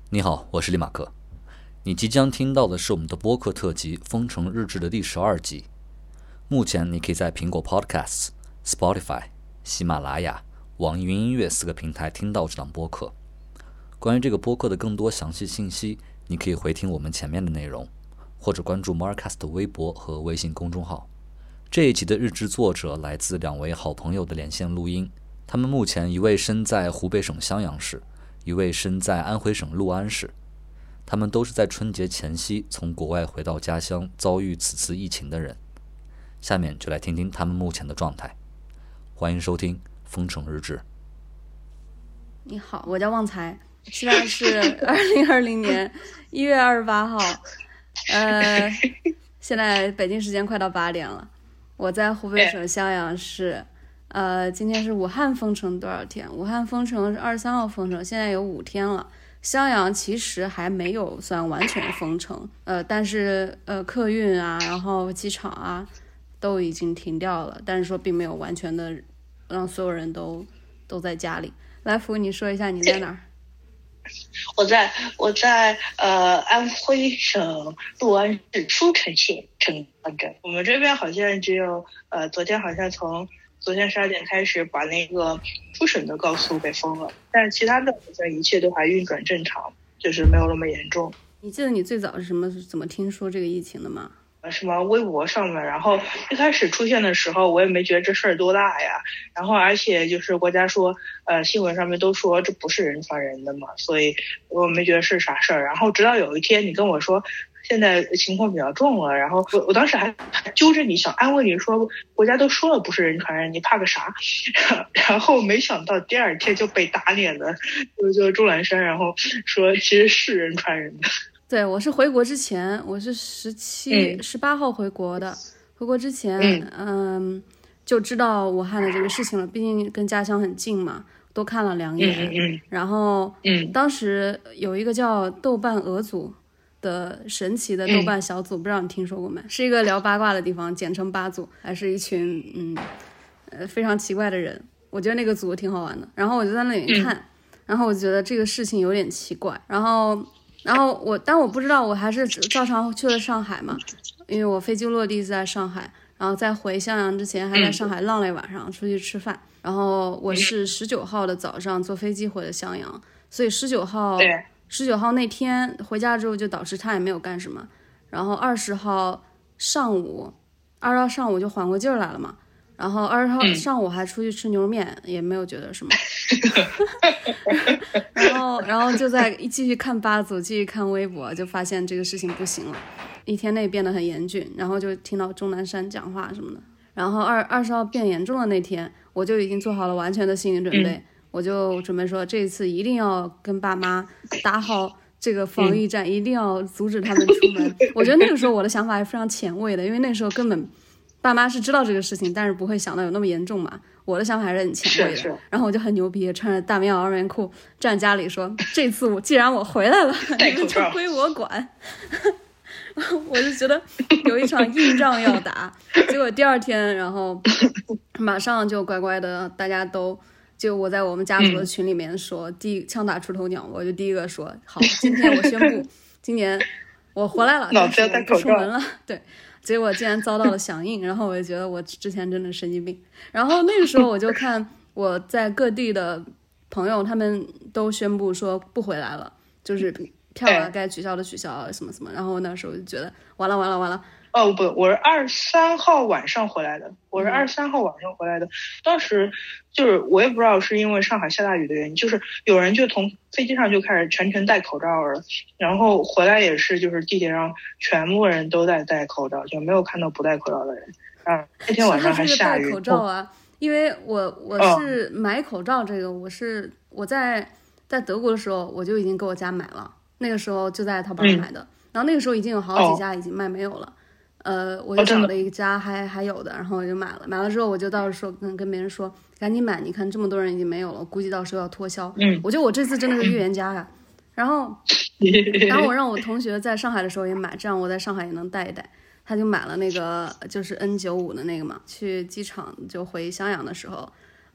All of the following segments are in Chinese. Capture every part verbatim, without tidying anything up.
你好，我是李马克。你即将听到的是我们的播客特辑《风城日志》的第十二集。目前你可以在苹果 Podcasts、Spotify、喜马拉雅、网易云音乐四个平台听到这档播客。关于这个播客的更多详细信息，你可以回听我们前面的内容，或者关注 Marcast 的微博和微信公众号。这一集的日志作者来自两位好朋友的连线录音，他们目前一位身在湖北省襄阳市，一位身在安徽省六安市。他们都是在春节前夕从国外回到家乡，遭遇此次疫情的人。下面就来听听他们目前的状态。欢迎收听《风城日志》。 你好，我叫旺财，现在是二零二零年一月二十八号，呃，现在北京时间快到八点了。我在湖北省襄阳市，呃，今天是武汉封城多少天？武汉封城是二十三号封城，现在有五天了。襄阳其实还没有算完全封城，呃，但是呃客运啊，然后机场啊都已经停掉了，但是说并没有完全的让所有人都都在家里。来福，你说一下你在哪儿？ 我在我在呃安徽省六安市舒城县城安镇。我们这边好像只有呃昨天好像从昨天十二点开始把那个出省的高速给封了，但是其他的好像一切都还运转正常，就是没有那么严重。 你记得你最早是什么怎么听说这个疫情的吗？ 什么微博上面，然后一开始出现的时候我也没觉得这事儿多大呀，然后而且就是国家说呃新闻上面都说这不是人传人的嘛，所以我没觉得是啥事儿。然后直到有一天你跟我说现在情况比较重了，然后我我当时还还揪着你想安慰你说国家都说了不是人传人，你怕个啥？然后没想到第二天就被打脸了，就就钟南山，然后说其实是人传人的。 对，我是回国之前，我是十七、十八号回国的。回国之前，嗯、呃，就知道武汉的这个事情了，毕竟跟家乡很近嘛，都看了两眼。 嗯嗯、 然后，嗯，当时有一个叫豆瓣俄组的神奇的豆瓣小组，嗯、不知道你听说过没？是一个聊八卦的地方，简称八组，还是一群嗯呃非常奇怪的人。我觉得那个组挺好玩的，然后我就在那里看，嗯、然后我觉得这个事情有点奇怪，然后。然后我，但我不知道，我还是照常去了上海嘛，因为我飞机落地是在上海，然后在回襄阳之前还在上海浪了一晚上，出去吃饭。然后我是十九号的早上坐飞机回的襄阳，所以十九号十九号那天回家之后就导致他也没有干什么。然后二十号上午，二十号上午就缓过劲儿来了嘛。然后二十号上午还出去吃牛肉面，嗯、也没有觉得什么。然后，然后就在继续看八组，继续看微博，就发现这个事情不行了，一天内变得很严峻。然后就听到钟南山讲话什么的。然后二二十号变严重的那天，我就已经做好了完全的心理准备，嗯、我就准备说这一次一定要跟爸妈打好这个防疫战，嗯、一定要阻止他们出门。我觉得那个时候我的想法是非常前卫的，因为那时候根本。爸妈是知道这个事情，但是不会想到有那么严重嘛。我的想法还是很前卫的， 是是然后我就很牛逼，穿着大棉袄、二棉裤站家里说：“这次我既然我回来了，你们就归我管。”我就觉得有一场硬仗要打。结果第二天，然后马上就乖乖的，大家都就我在我们家族的群里面说，嗯、第一枪打出头鸟，我就第一个说：“好，今天我宣布，今年我回来了，但是我不出门了。”对。结果竟然遭到了响应，然后我就觉得我之前真的神经病。然后那个时候我就看我在各地的朋友，他们都宣布说不回来了，就是票啊该取消的取消什么什么。然后那时候就觉得完了完了完了。 哦不，我是二十三号晚上回来的，我是二十三号晚上回来的。嗯、当时就是我也不知道是因为上海下大雨的原因，就是有人就从飞机上就开始全程戴口罩了，然后回来也是就是地铁上全部人都在戴口罩，就没有看到不戴口罩的人。啊，那天晚上还下雨。 戴口罩啊，因为我我是买口罩这个，哦、我是我在在德国的时候我就已经给我家买了，那个时候就在淘宝上买的，嗯、然后那个时候已经有好几家已经卖没有了。哦呃，我就找了一家还、哦、还有的，然后我就买了。买了之后，我就到时候跟跟别人说，赶紧买！你看这么多人已经没有了，估计到时候要脱销。嗯，我觉得我这次真的是预言家呀。然后，然后我让我同学在上海的时候也买，这样我在上海也能带一带。他就买了那个就是 N 九十五 的那个嘛，去机场就回襄阳的时候，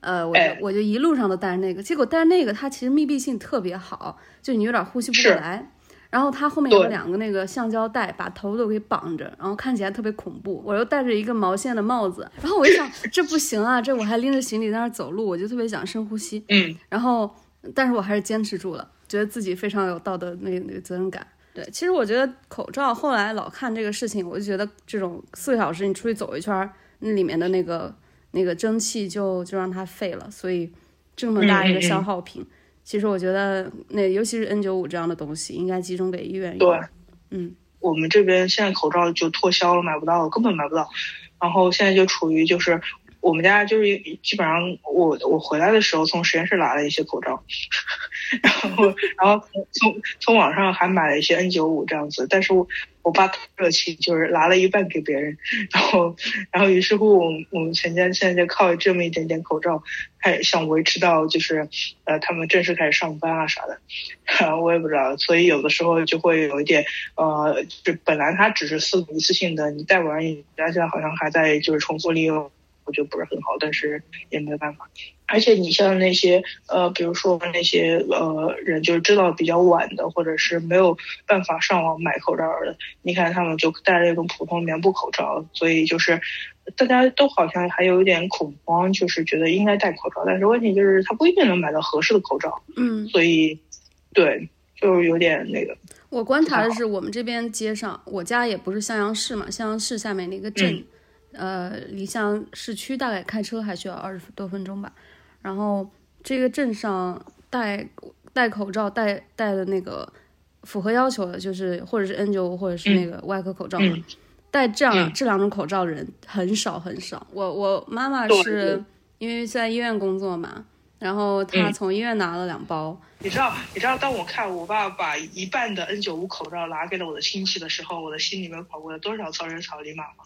呃，我就我就一路上都戴着那个，结果戴着那个它其实密闭性特别好，就你有点呼吸不过来。然后它后面有两个那个橡胶带把头都给绑着，然后看起来特别恐怖。我又戴着一个毛线的帽子，然后我一想这不行啊，这我还拎着行李在那走路，我就特别想深呼吸。 嗯， 然后但是我还是坚持住了，觉得自己非常有道德那个那个责任感。对，其实我觉得口罩后来老看这个事情，我就觉得这种四个小时你出去走一圈，那里面的那个那个蒸汽就就让它废了，所以这么大一个消耗品。嗯嗯嗯，其实我觉得那尤其是 N 九十五 这样的东西应该集中给医院用。 对， 嗯， 我们这边现在口罩就脱销了，买不到了，根本买不到。然后现在就处于就是我们家就是基本上我我回来的时候从实验室拿了一些口罩，然后然后从从网上还买了一些 N 九十五 这样子，但是我我爸热情就是拿了一半给别人，然后然后于是乎我们我们全家现在就靠这么一点点口罩还想维持到就是呃他们正式开始上班啊啥的，啊我也不知道，所以有的时候就会有一点呃就本来它只是四个一次性的，你戴完你现在好像还在就是重复利用，我觉得不是很好，但是也没办法。而且你像那些呃，比如说那些呃人就是知道比较晚的，或者是没有办法上网买口罩的，你看他们就戴了一种普通棉布口罩，所以就是大家都好像还有一点恐慌，就是觉得应该戴口罩，但是问题就是他不一定能买到合适的口罩， 嗯， 所以对，就是有点那个。 我观察的是我们这边街上，我家也不是襄阳市嘛，襄阳市下面那个镇。嗯，呃，离襄市区大概开车还需要二十多分钟吧。然后这个镇上戴戴口罩戴戴的那个符合要求的，就是或者是 N 九十五 或者是那个外科口罩嘛，嗯、戴这样、嗯、这两种口罩的人很少很少。我我妈妈是因为在医院工作嘛，然后她从医院拿了两包。 嗯、你知道你知道，当我看我爸把一半的 N 九十五 口罩拿给了我的亲戚的时候，我的心里面跑过了多少草人草泥马吗？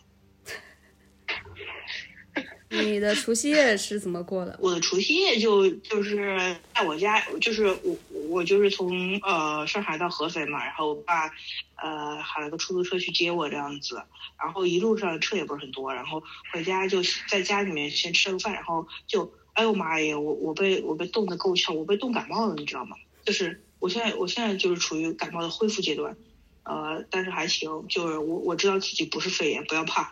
你的除夕夜是怎么过的？ 我的除夕夜就就是在我家，就是我我就是从呃上海到合肥嘛，然后我爸呃喊了个出租车去接我这样子，然后一路上车也不是很多，然后回家就在家里面先吃了个饭，然后就哎呦妈呀，我我被我被冻得够呛，我被冻感冒了，你知道吗？就是我现在我现在就是处于感冒的恢复阶段，呃，但是还行，就是我我知道自己不是肺炎，不要怕。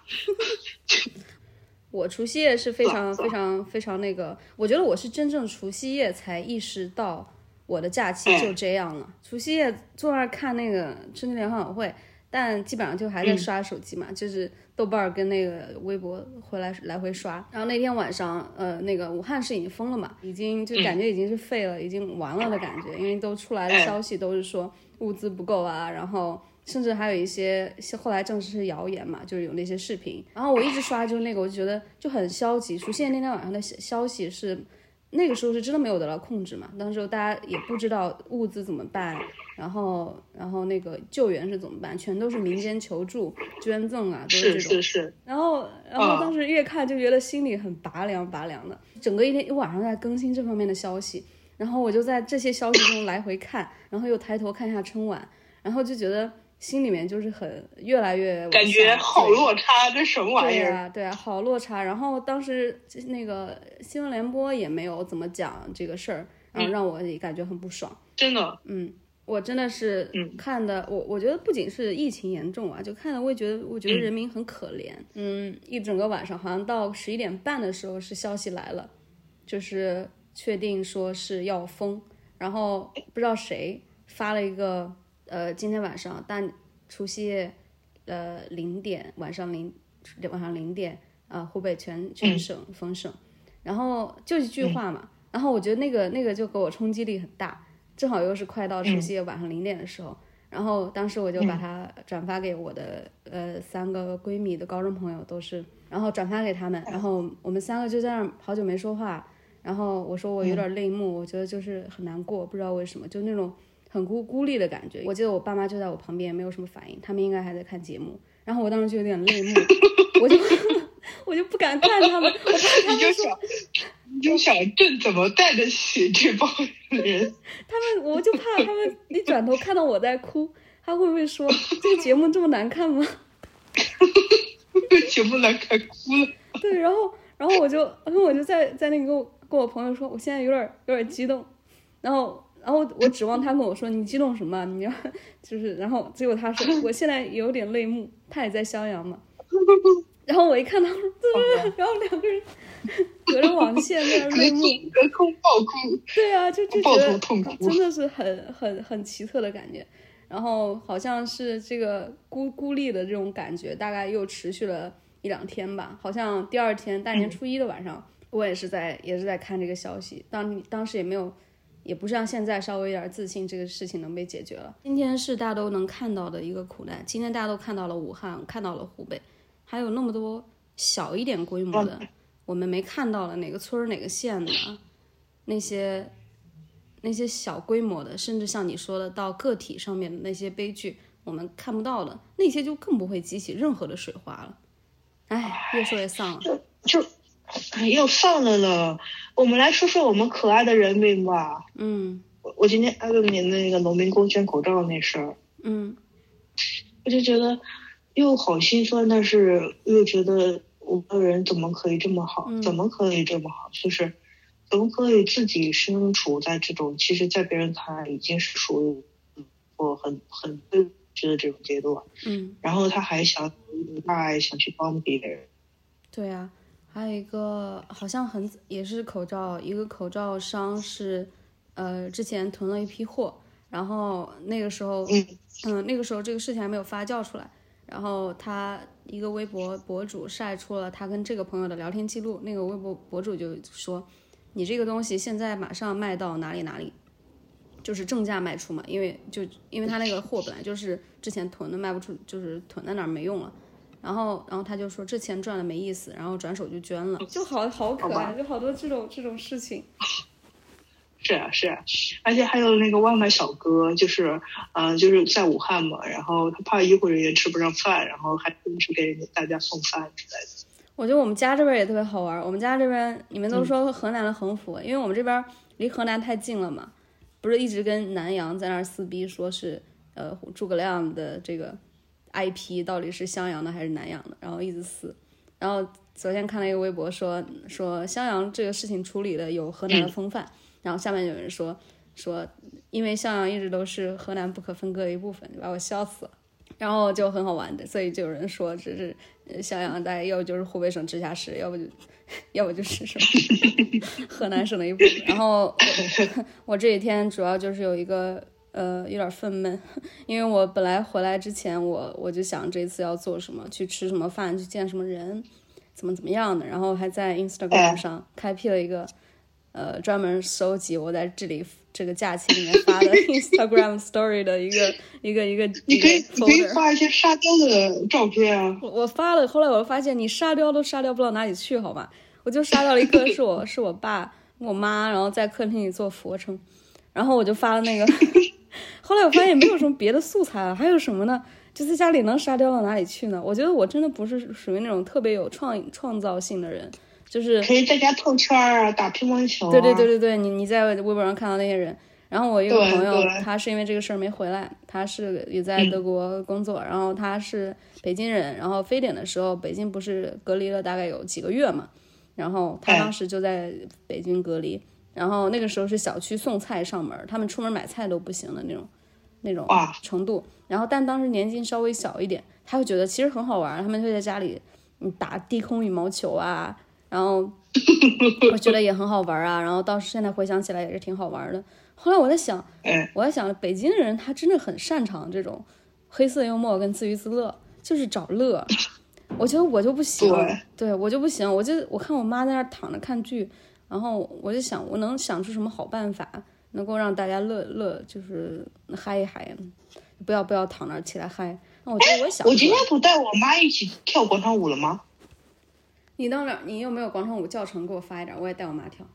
我除夕夜是非常非常非常那个，我觉得我是真正除夕夜才意识到我的假期就这样了。嗯、除夕夜坐那儿看那个春节联欢晚会，但基本上就还在刷手机嘛，嗯、就是豆瓣跟那个微博回来来回刷。然后那天晚上，呃，那个武汉市已经封了嘛，已经就感觉已经是废了，嗯、已经完了的感觉，因为都出来的消息都是说物资不够啊，然后。甚至还有一些后来证实是谣言嘛，就是有那些视频，然后我一直刷就是那个，我就觉得就很消极。除夕夜那天晚上的消息是那个时候是真的没有得到控制嘛，当时大家也不知道物资怎么办，然后然后那个救援是怎么办，全都是民间求助捐赠啊，都是这种。 是是是。 然后然后当时越看就觉得心里很拔凉拔凉的，整个一天一晚上在更新这方面的消息，然后我就在这些消息中来回看，然后又抬头看一下春晚，然后就觉得。心里面就是很越来越感觉好落差，这什么玩意儿？ 对啊，对啊，好落差。然后当时那个新闻联播也没有怎么讲这个事儿，然后让我也感觉很不爽。 嗯、真的， 嗯，我真的是看的，嗯、我我觉得不仅是疫情严重啊，就看的我也觉得，我觉得人民很可怜。嗯, 嗯，一整个晚上，好像到十一点半的时候是消息来了，就是确定说是要封，然后不知道谁发了一个。呃，今天晚上，但除夕夜，呃，零点晚上零晚上零点啊、呃，湖北全全省封省，然后就一句话嘛，然后我觉得那个那个就给我冲击力很大，正好又是快到除夕夜晚上零点的时候，然后当时我就把它转发给我的呃三个闺蜜的高中朋友都是，然后转发给他们，然后我们三个就在那儿好久没说话，然后我说我有点泪目，我觉得就是很难过，不知道为什么，就那种。很孤孤立的感觉，我记得我爸妈就在我旁边，没有什么反应，他们应该还在看节目。然后我当时就有点泪目，我就我就不敢看他们，我怕他们你就想，你就想这怎么带得起这帮人？ 他们，我就怕他们一转头看到我在哭，他会不会说这个节目这么难看吗？ 这节目难看哭了。 对，然后然后我就然后我就在在那个跟跟我朋友说我现在有点有点激动，然后然后我指望他跟我说你激动什么，你要就是然后结果他说我现在有点泪目，他也在襄阳嘛。然后我一看到，然后两个人隔着网线在那泪目， 隔空爆哭。 对啊，就就觉得真的是很很很奇特的感觉。然后好像是这个孤孤立的这种感觉，大概又持续了一两天吧。好像第二天大年初一的晚上，嗯、我也是在也是在看这个消息，当当时也没有，也不像现在稍微有点自信，这个事情能被解决了。今天是大家都能看到的一个苦难，今天大家都看到了武汉，看到了湖北。还有那么多小一点规模的，我们没看到了哪个村哪个县的那些那些小规模的，甚至像你说的到个体上面的那些悲剧，我们看不到的那些就更不会激起任何的水花了。哎，越说越丧了， 就就又丧了呢。我们来说说我们可爱的人民吧。 嗯， 我我今天艾问你那个农民工捐口罩那事儿， 嗯， 我就觉得。又好心酸，但是又觉得我们人怎么可以这么好、嗯、怎么可以这么好，就是怎么可以自己身处在这种其实在别人看来已经是属于我很很悲剧的这种阶段， 嗯， 然后他还想大爱想去帮别人。 对啊，还有一个好像很也是口罩，一个口罩商是呃之前囤了一批货，然后那个时候嗯、呃、那个时候这个事情还没有发酵出来，然后他一个微博博主晒出了他跟这个朋友的聊天记录，那个微博博主就说你这个东西现在马上卖到哪里哪里，就是正价卖出嘛，因为就因为他那个货本来就是之前囤的卖不出，就是囤在那儿没用了，然后然后他就说这钱赚了没意思，然后转手就捐了，就好好可爱，就好多这种这种事情。 是啊是啊，而且还有那个外卖小哥，就是嗯、呃，就是在武汉嘛，然后他怕医护人员吃不上饭，然后还坚持给大家送饭之类的。 我觉得我们家这边也特别好玩，我们家这边你们都说河南的横幅、嗯、因为我们这边离河南太近了嘛，不是一直跟南阳在那儿撕逼，说是呃诸葛亮的这个 I P 到底是襄阳的还是南阳的，然后一直撕。然后昨天看了一个微博说说襄阳这个事情处理的有河南的风范、嗯，然后下面有人说说因为襄阳一直都是河南不可分割的一部分，把我笑死了。然后就很好玩的，所以就有人说这是襄阳大概要不就是湖北省直辖市，要不就要不就是什么河南省的一部分。然后 我, 我这几天主要就是有一个呃有点愤懑，因为我本来回来之前我我就想这次要做什么，去吃什么饭，去见什么人，怎么怎么样的，然后还在 Instagram 上开辟了一个呃专门收集我在这里这个假期里面发的 Instagram Story 的一个一个一个你可以你可以发一些沙雕的照片啊。 我我发了，后来我发现你沙雕都沙雕不到哪里去，好吧？我就沙雕了一个是我是我爸我妈，然后在客厅里做俯卧撑，然后我就发了那个。后来我发现没有什么别的素材了，还有什么呢？就在家里能沙雕到哪里去呢？我觉得我真的不是属于那种特别有创创造性的人。就是可以在家凑圈啊，打乒乓球、啊。 对对对对对，你你在微博上看到那些人，然后我一个朋友，他是因为这个事儿没回来，他是也在德国工作、嗯，然后他是北京人，然后非典的时候，北京不是隔离了大概有几个月嘛，然后他当时就在北京隔离，哎、然后那个时候是小区送菜上门，他们出门买菜都不行的那种那种程度，然后但当时年纪稍微小一点，他会觉得其实很好玩，他们会在家里打低空羽毛球啊。然后我觉得也很好玩啊，然后到现在回想起来也是挺好玩的。后来我在想，我在想北京人他真的很擅长这种黑色幽默跟自娱自乐，就是找乐。我觉得我就不行，对, 对我就不行。我就我看我妈在那躺着看剧，然后我就想我能想出什么好办法能够让大家乐乐，就是嗨一嗨，不要不要躺那起来嗨。那我觉得我想， 我今天不带我妈一起跳广场舞了吗？ 你到哪？你有没有广场舞教程给我发一点，我也带我妈跳。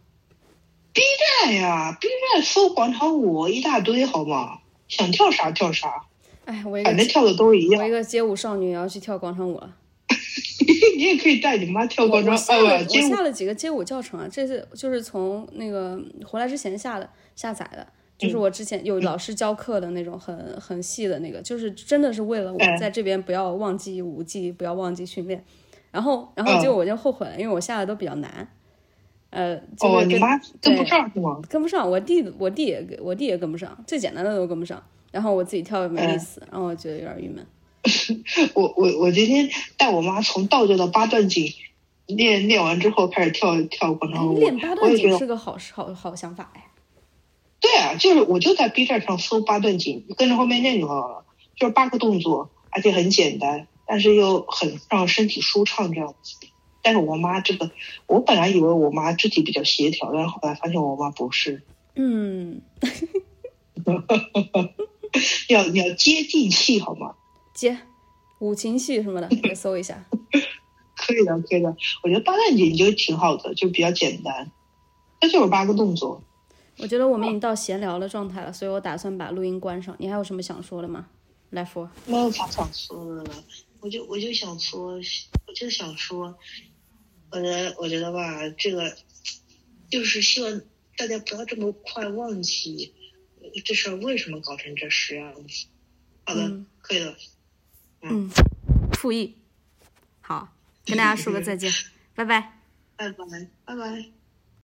B 站呀 ，B 站搜广场舞一大堆，好吗？想跳啥跳啥。 哎，我一个反正跳的都一样。 我一个街舞少女也要去跳广场舞了。 你也可以带你妈跳广场舞。我下了，我下了几个街舞教程啊，这是就是从那个回来之前下的下载的，就是我之前有老师教课的那种很、嗯、很细的那个，就是真的是为了我在这边不要忘记舞技，不要忘记训练。然后，然后结果我就后悔了，因为我下的都比较难， 呃，就是哦，你妈跟不上是吗？ 跟不上，我弟我弟也我弟也跟不上，最简单的都跟不上。然后我自己跳也没意思，嗯、然后我觉得有点郁闷。 我我我今天带我妈从倒吊到八段锦练练完之后开始跳跳广场舞。 练八段锦是个好好好想法哎。 对啊，就是我就在 B 站上搜八段锦，跟着后面练就好了，就是八个动作，而且很简单，但是又很让身体舒畅这样子。但是我妈这个，我本来以为我妈肢体比较协调，但是后来发现我妈不是。 嗯， 要你要接地气好吗？ 接五禽戏什么的，你搜一下。 可以的，可以的。我觉得八段锦就挺好的，就比较简单，那就是八个动作。 我觉得我们已经到闲聊的状态了，所以我打算把录音关上。你还有什么想说的吗？来说。 没有啥想说的了，我就我就想说，我就想说，我觉得我觉得吧，这个就是希望大家不要这么快忘记这事儿为什么搞成这十样子。好的，嗯、可以了。 嗯，嗯复议。好，跟大家说个再见，拜拜。 拜拜，拜拜。